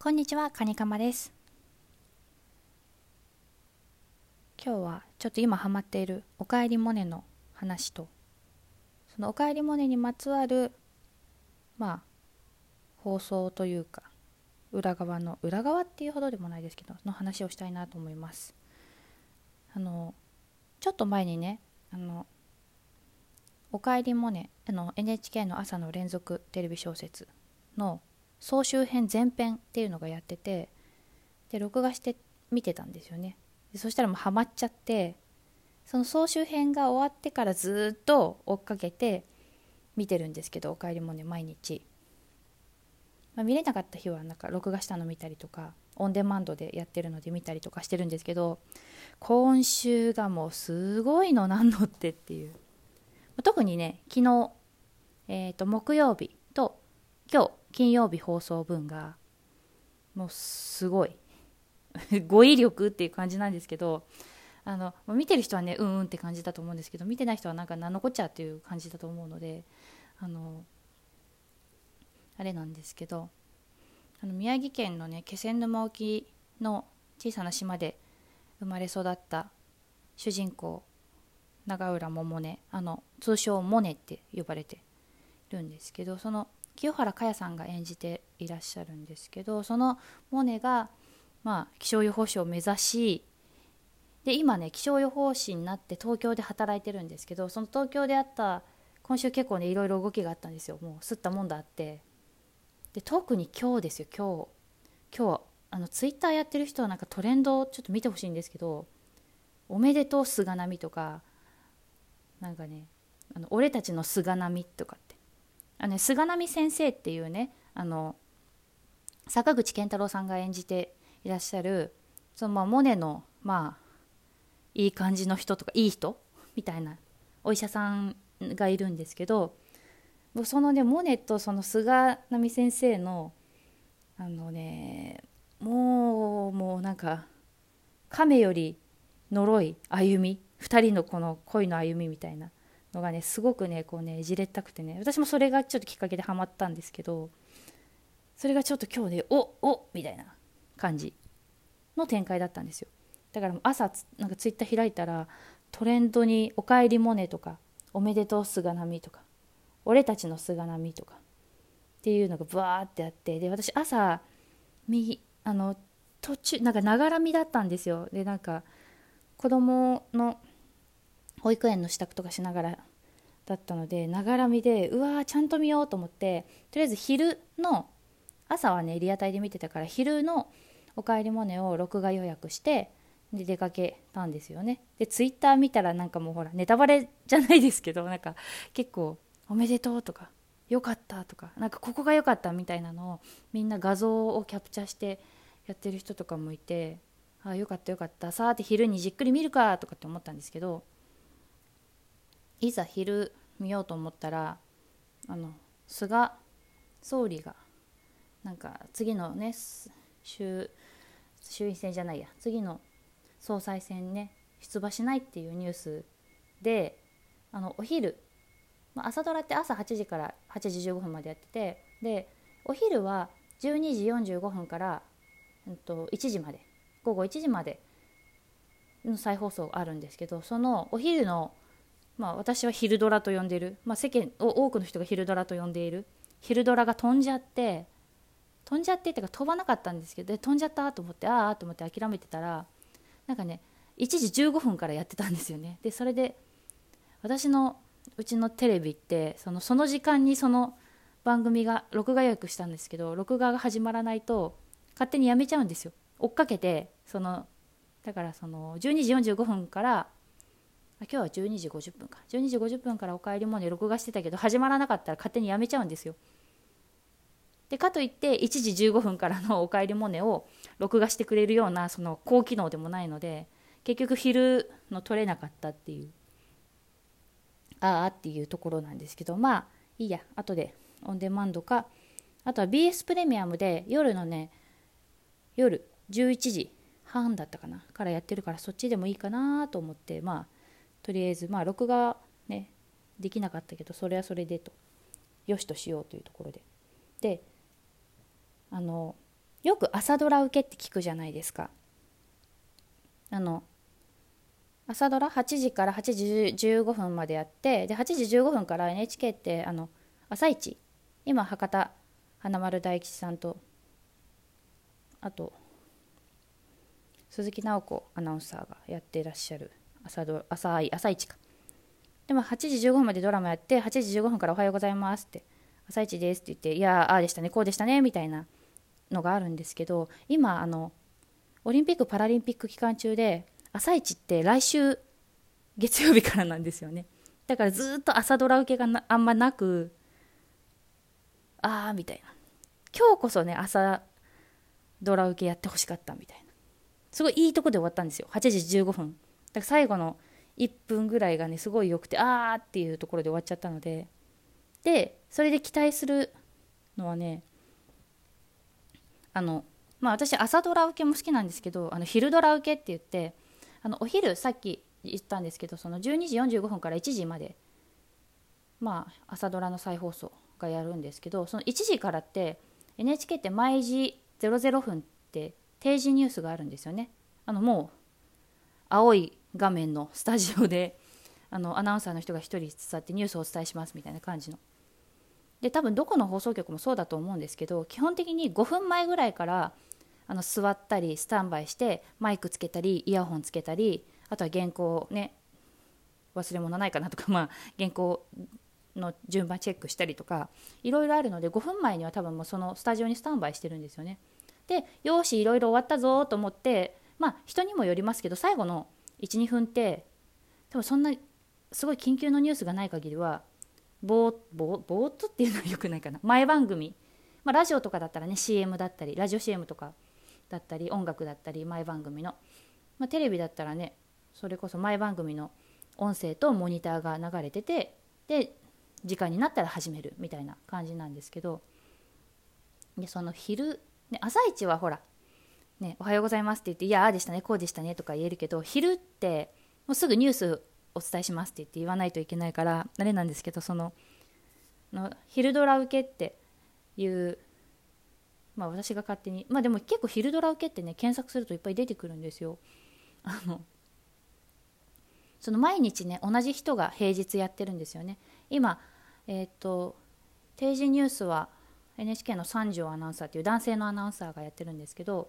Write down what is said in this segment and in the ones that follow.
こんにちは、カニカマです。今日はちょっと今ハマっているおかえりモネの話と、そのおかえりモネにまつわる放送というか裏側っていうほどでもないですけどの話をしたいなと思います。ちょっと前にね、おかえりモネNHK の朝の連続テレビ小説の総集編前編っていうのがやってて、で録画して見てたんですよね。でそしたらもうハマっちゃって、その総集編が終わってからずっと追っかけて見てるんですけど、おかえりモネ毎日、見れなかった日はなんか録画したの見たりとか、オンデマンドでやってるので見たりとかしてるんですけど、今週がもうすごいのなんのっていう、特にね昨日、木曜日と今日金曜日放送分がもうすごい語彙力っていう感じなんですけど、見てる人はねうんうんって感じだと思うんですけど、見てない人はなんか何のこっちゃっていう感じだと思うので、あれなんですけど、宮城県のね気仙沼沖の小さな島で生まれ育った主人公永浦百音、通称モネって呼ばれてるんですけど、その清原果耶さんが演じていらっしゃるんですけど、そのモネが気象予報士を目指し、で今ね気象予報士になって東京で働いてるんですけど、その東京であった今週結構ねいろいろ動きがあったんですよ。もうすったもんだあって、で特に今日ですよ。今日ツイッターやってる人はなんかトレンドをちょっと見てほしいんですけど、おめでとう菅波とか、なんかね俺たちの菅波とかって、菅波先生っていうね、坂口健太郎さんが演じていらっしゃる、そのモネのいい感じの人とかいい人みたいなお医者さんがいるんですけど、そのねモネとその菅波先生のもうなんか亀より呪い歩み、二人のこの恋の歩みみたいなのがねすごくねこうねいじれたくてね、私もそれがちょっときっかけでハマったんですけど、それがちょっと今日ねおみたいな感じの展開だったんですよ。だから朝なんかツイッター開いたらトレンドにおかえりモネとかおめでとう菅波とか俺たちの菅波とかっていうのがブワーってあって、で私朝途中なんかながらみだったんですよ。でなんか子供の保育園の支度とかしながらだったので、ながらみでうわーちゃんと見ようと思って、とりあえず昼の朝はねリアタイで見てたから、昼のおかえりモネを録画予約してで出かけたんですよね。でツイッター見たらなんかもうほらネタバレじゃないですけど、なんか結構おめでとうとかよかったとか、なんかここが良かったみたいなのをみんな画像をキャプチャーしてやってる人とかもいて、あよかったよかった、さーって昼にじっくり見るかとかって思ったんですけど、いざ昼見ようと思ったら菅総理がなんか次のね衆院選じゃないや次の総裁選ね出馬しないっていうニュースで、お昼、朝ドラって朝8時から8時15分までやってて、でお昼は12時45分から、1時まで午後1時までの再放送があるんですけど、そのお昼の、私は昼ドラと呼んでいる、世間多くの人が昼ドラと呼んでいる昼ドラが飛んじゃってっていうか飛ばなかったんですけど、で飛んじゃったと思ってああと思って諦めてたら、なんかね1時15分からやってたんですよね。でそれで私のうちのテレビってその時間にその番組が録画予約したんですけど、録画が始まらないと勝手にやめちゃうんですよ。追っかけてだから12時45分から今日は12時50分か12時50分からおかえりモネ録画してたけど始まらなかったら勝手にやめちゃうんですよ。でかといって1時15分からのおかえりモネを録画してくれるようなその高機能でもないので、結局昼の撮れなかったっていうっていうところなんですけど、いいや、後でオンデマンドか、あとは BS プレミアムで夜11時半だったかなからやってるから、そっちでもいいかなと思って、とりあえず録画ねできなかったけどそれはそれでとよしとしようというところで、 よく朝ドラ受けって聞くじゃないですか。朝ドラ8時から8時15分までやって、で8時15分から NHK って朝一、今博多華丸大吉さんと、あと鈴木直子アナウンサーがやっていらっしゃる朝一か。でも8時15分までドラマやって、8時15分からおはようございますって、朝一ですって言って、いやああでしたねこうでしたねみたいなのがあるんですけど、今オリンピック・パラリンピック期間中で朝一って来週月曜日からなんですよね。だからずっと朝ドラ受けがあんまなく、みたいな、今日こそね朝ドラ受けやってほしかったみたいな、すごいいいとこで終わったんですよ。8時15分だから最後の1分ぐらいがねすごい良くて、っていうところで終わっちゃったので、それで期待するのはね、私朝ドラ受けも好きなんですけど、昼ドラ受けって言って、お昼さっき言ったんですけど、その12時45分から1時まで朝ドラの再放送がやるんですけど、その1時からって NHK って毎時00分って定時ニュースがあるんですよね。もう青い画面のスタジオでアナウンサーの人が一人伝ってニュースをお伝えしますみたいな感じので、多分どこの放送局もそうだと思うんですけど、基本的に5分前ぐらいから座ったりスタンバイしてマイクつけたりイヤホンつけたり、あとは原稿ね忘れ物ないかなとか、原稿の順番チェックしたりとかいろいろあるので、5分前には多分もうそのスタジオにスタンバイしてるんですよね。でよしいろいろ終わったぞと思って、人にもよりますけど最後の 1,2 分って多分そんなすごい緊急のニュースがない限りはぼーっとっていうのはよくないかな、前番組、ラジオとかだったらね CM だったりラジオ CM とかだったり音楽だったり前番組の、テレビだったらねそれこそ前番組の音声とモニターが流れてて、で時間になったら始めるみたいな感じなんですけど、でその昼、朝一はほら、おはようございますって言って、いやああでしたねこうでしたねとか言えるけど、昼ってもうすぐニュースお伝えしますって言って言わないといけないからあれなんですけど、その昼ドラ受けっていう、私が勝手にでも結構昼ドラ受けってね検索するといっぱい出てくるんですよ。その毎日ね同じ人が平日やってるんですよね。今定時ニュースは NHK の三条アナウンサーっていう男性のアナウンサーがやってるんですけど、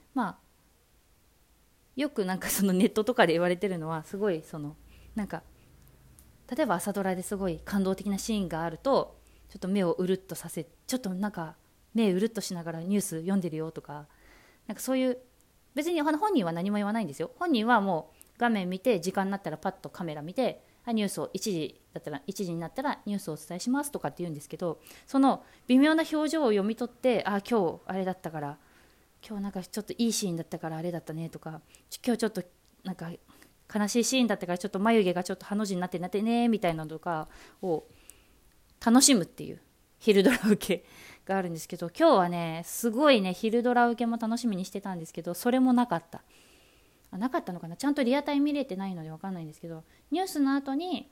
よくなんかそのネットとかで言われてるのは、すごいそのなんか例えば朝ドラですごい感動的なシーンがあるとちょっと目をうるっとさせ、ちょっとなんか目うるっとしながらニュース読んでるよとか、なんかそういう、別に本人は何も言わないんですよ。本人はもう画面見て時間になったらパッとカメラ見て、ニュースを1時だったら1時になったらニュースをお伝えしますとかって言うんですけど、その微妙な表情を読み取って、今日あれだったから、今日なんかちょっといいシーンだったからあれだったねとか、今日ちょっとなんか悲しいシーンだったからちょっと眉毛がちょっとハの字になってねみたいなのとかを楽しむっていう昼ドラ受けがあるんですけど、今日はねすごいね昼ドラ受けも楽しみにしてたんですけど、それもなかった。なかったのかな、ちゃんとリアタイ見れてないので分かんないんですけど、ニュースの後に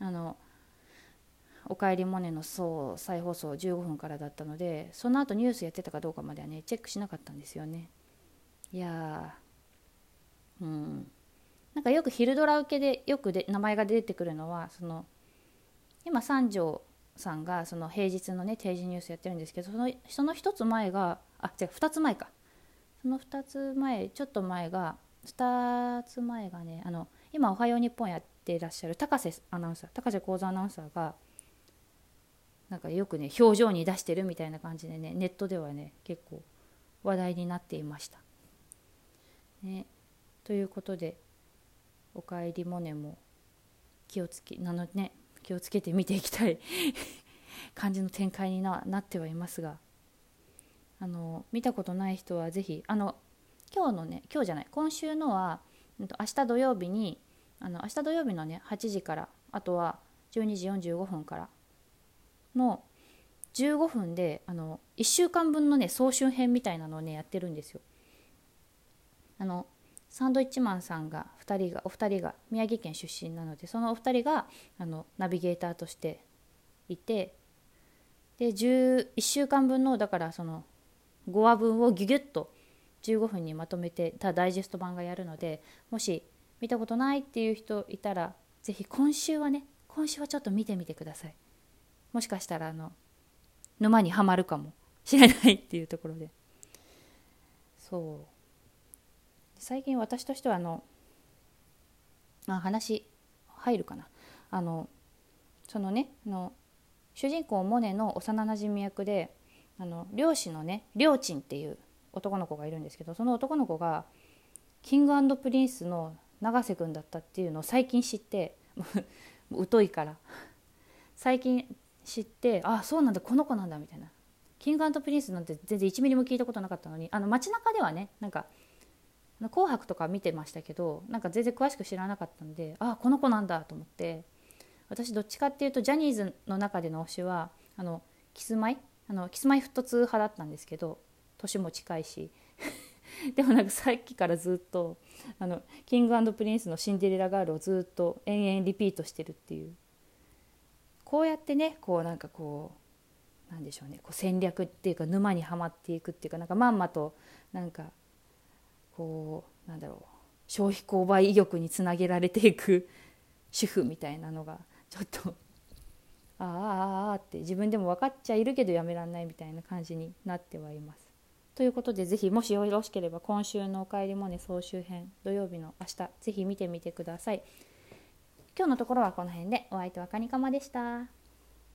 おかえりモネの再放送15分からだったので、その後ニュースやってたかどうかまではねチェックしなかったんですよね。いやなんかよく昼ドラ受けでよく名前が出てくるのは、その今三条さんがその平日のね定時ニュースやってるんですけど、その一つ前が2つ前か、その2つ前ちょっと前が2つ前がね今おはよう日本やっていらっしゃる高瀬幸三アナウンサーがなんかよくね表情に出してるみたいな感じでね、ネットではね結構話題になっていましたね。ということでおかえりモネも気をつけて見ていきたい感じの展開に なってはいますが、見たことない人はぜひ今日じゃない今週のは明日土曜日に明日土曜日のね8時から、あとは12時45分からの15分で1週間分のね総集編みたいなのをねやってるんですよ。サンドイッチマンさんがお二人が宮城県出身なので、そのお二人がナビゲーターとしていて、で1週間分のだからその 5話分をギュギュッと15分にまとめてただダイジェスト版がやるので、もし見たことないっていう人いたらぜひ今週はちょっと見てみてください。もしかしたら沼にはまるかもしれないっていうところで、そう最近私としては話入るかな、そのね主人公モネの幼なじみ役で漁師のねりょーちんっていう男の子がいるんですけど、その男の子がキング&プリンスの永瀬くんだったっていうのを最近知って疎いから最近知って、あそうなんだこの子なんだみたいな。キング&プリンスなんて全然1ミリも聞いたことなかったのに、街中ではねなんか紅白とか見てましたけど、なんか全然詳しく知らなかったんで、あこの子なんだと思って。私どっちかっていうとジャニーズの中での推しはキスマイキスマイフット2派だったんですけど、年も近いしでもなんかさっきからずっとキング&プリンスのシンデレラガールをずっと延々リピートしてるっていう、こうやってねなんかなんでしょうね、戦略っていうか沼にはまっていくっていうか、なんかまんまとなんかなんだろう消費購買意欲につなげられていく主婦みたいなのがちょっとって自分でも分かっちゃいるけどやめらんないみたいな感じになってはいます。ということでぜひもしよろしければ今週のおかえりモネ総集編土曜日の明日ぜひ見てみてください。今日のところはこの辺で、お相手はカニカマでした。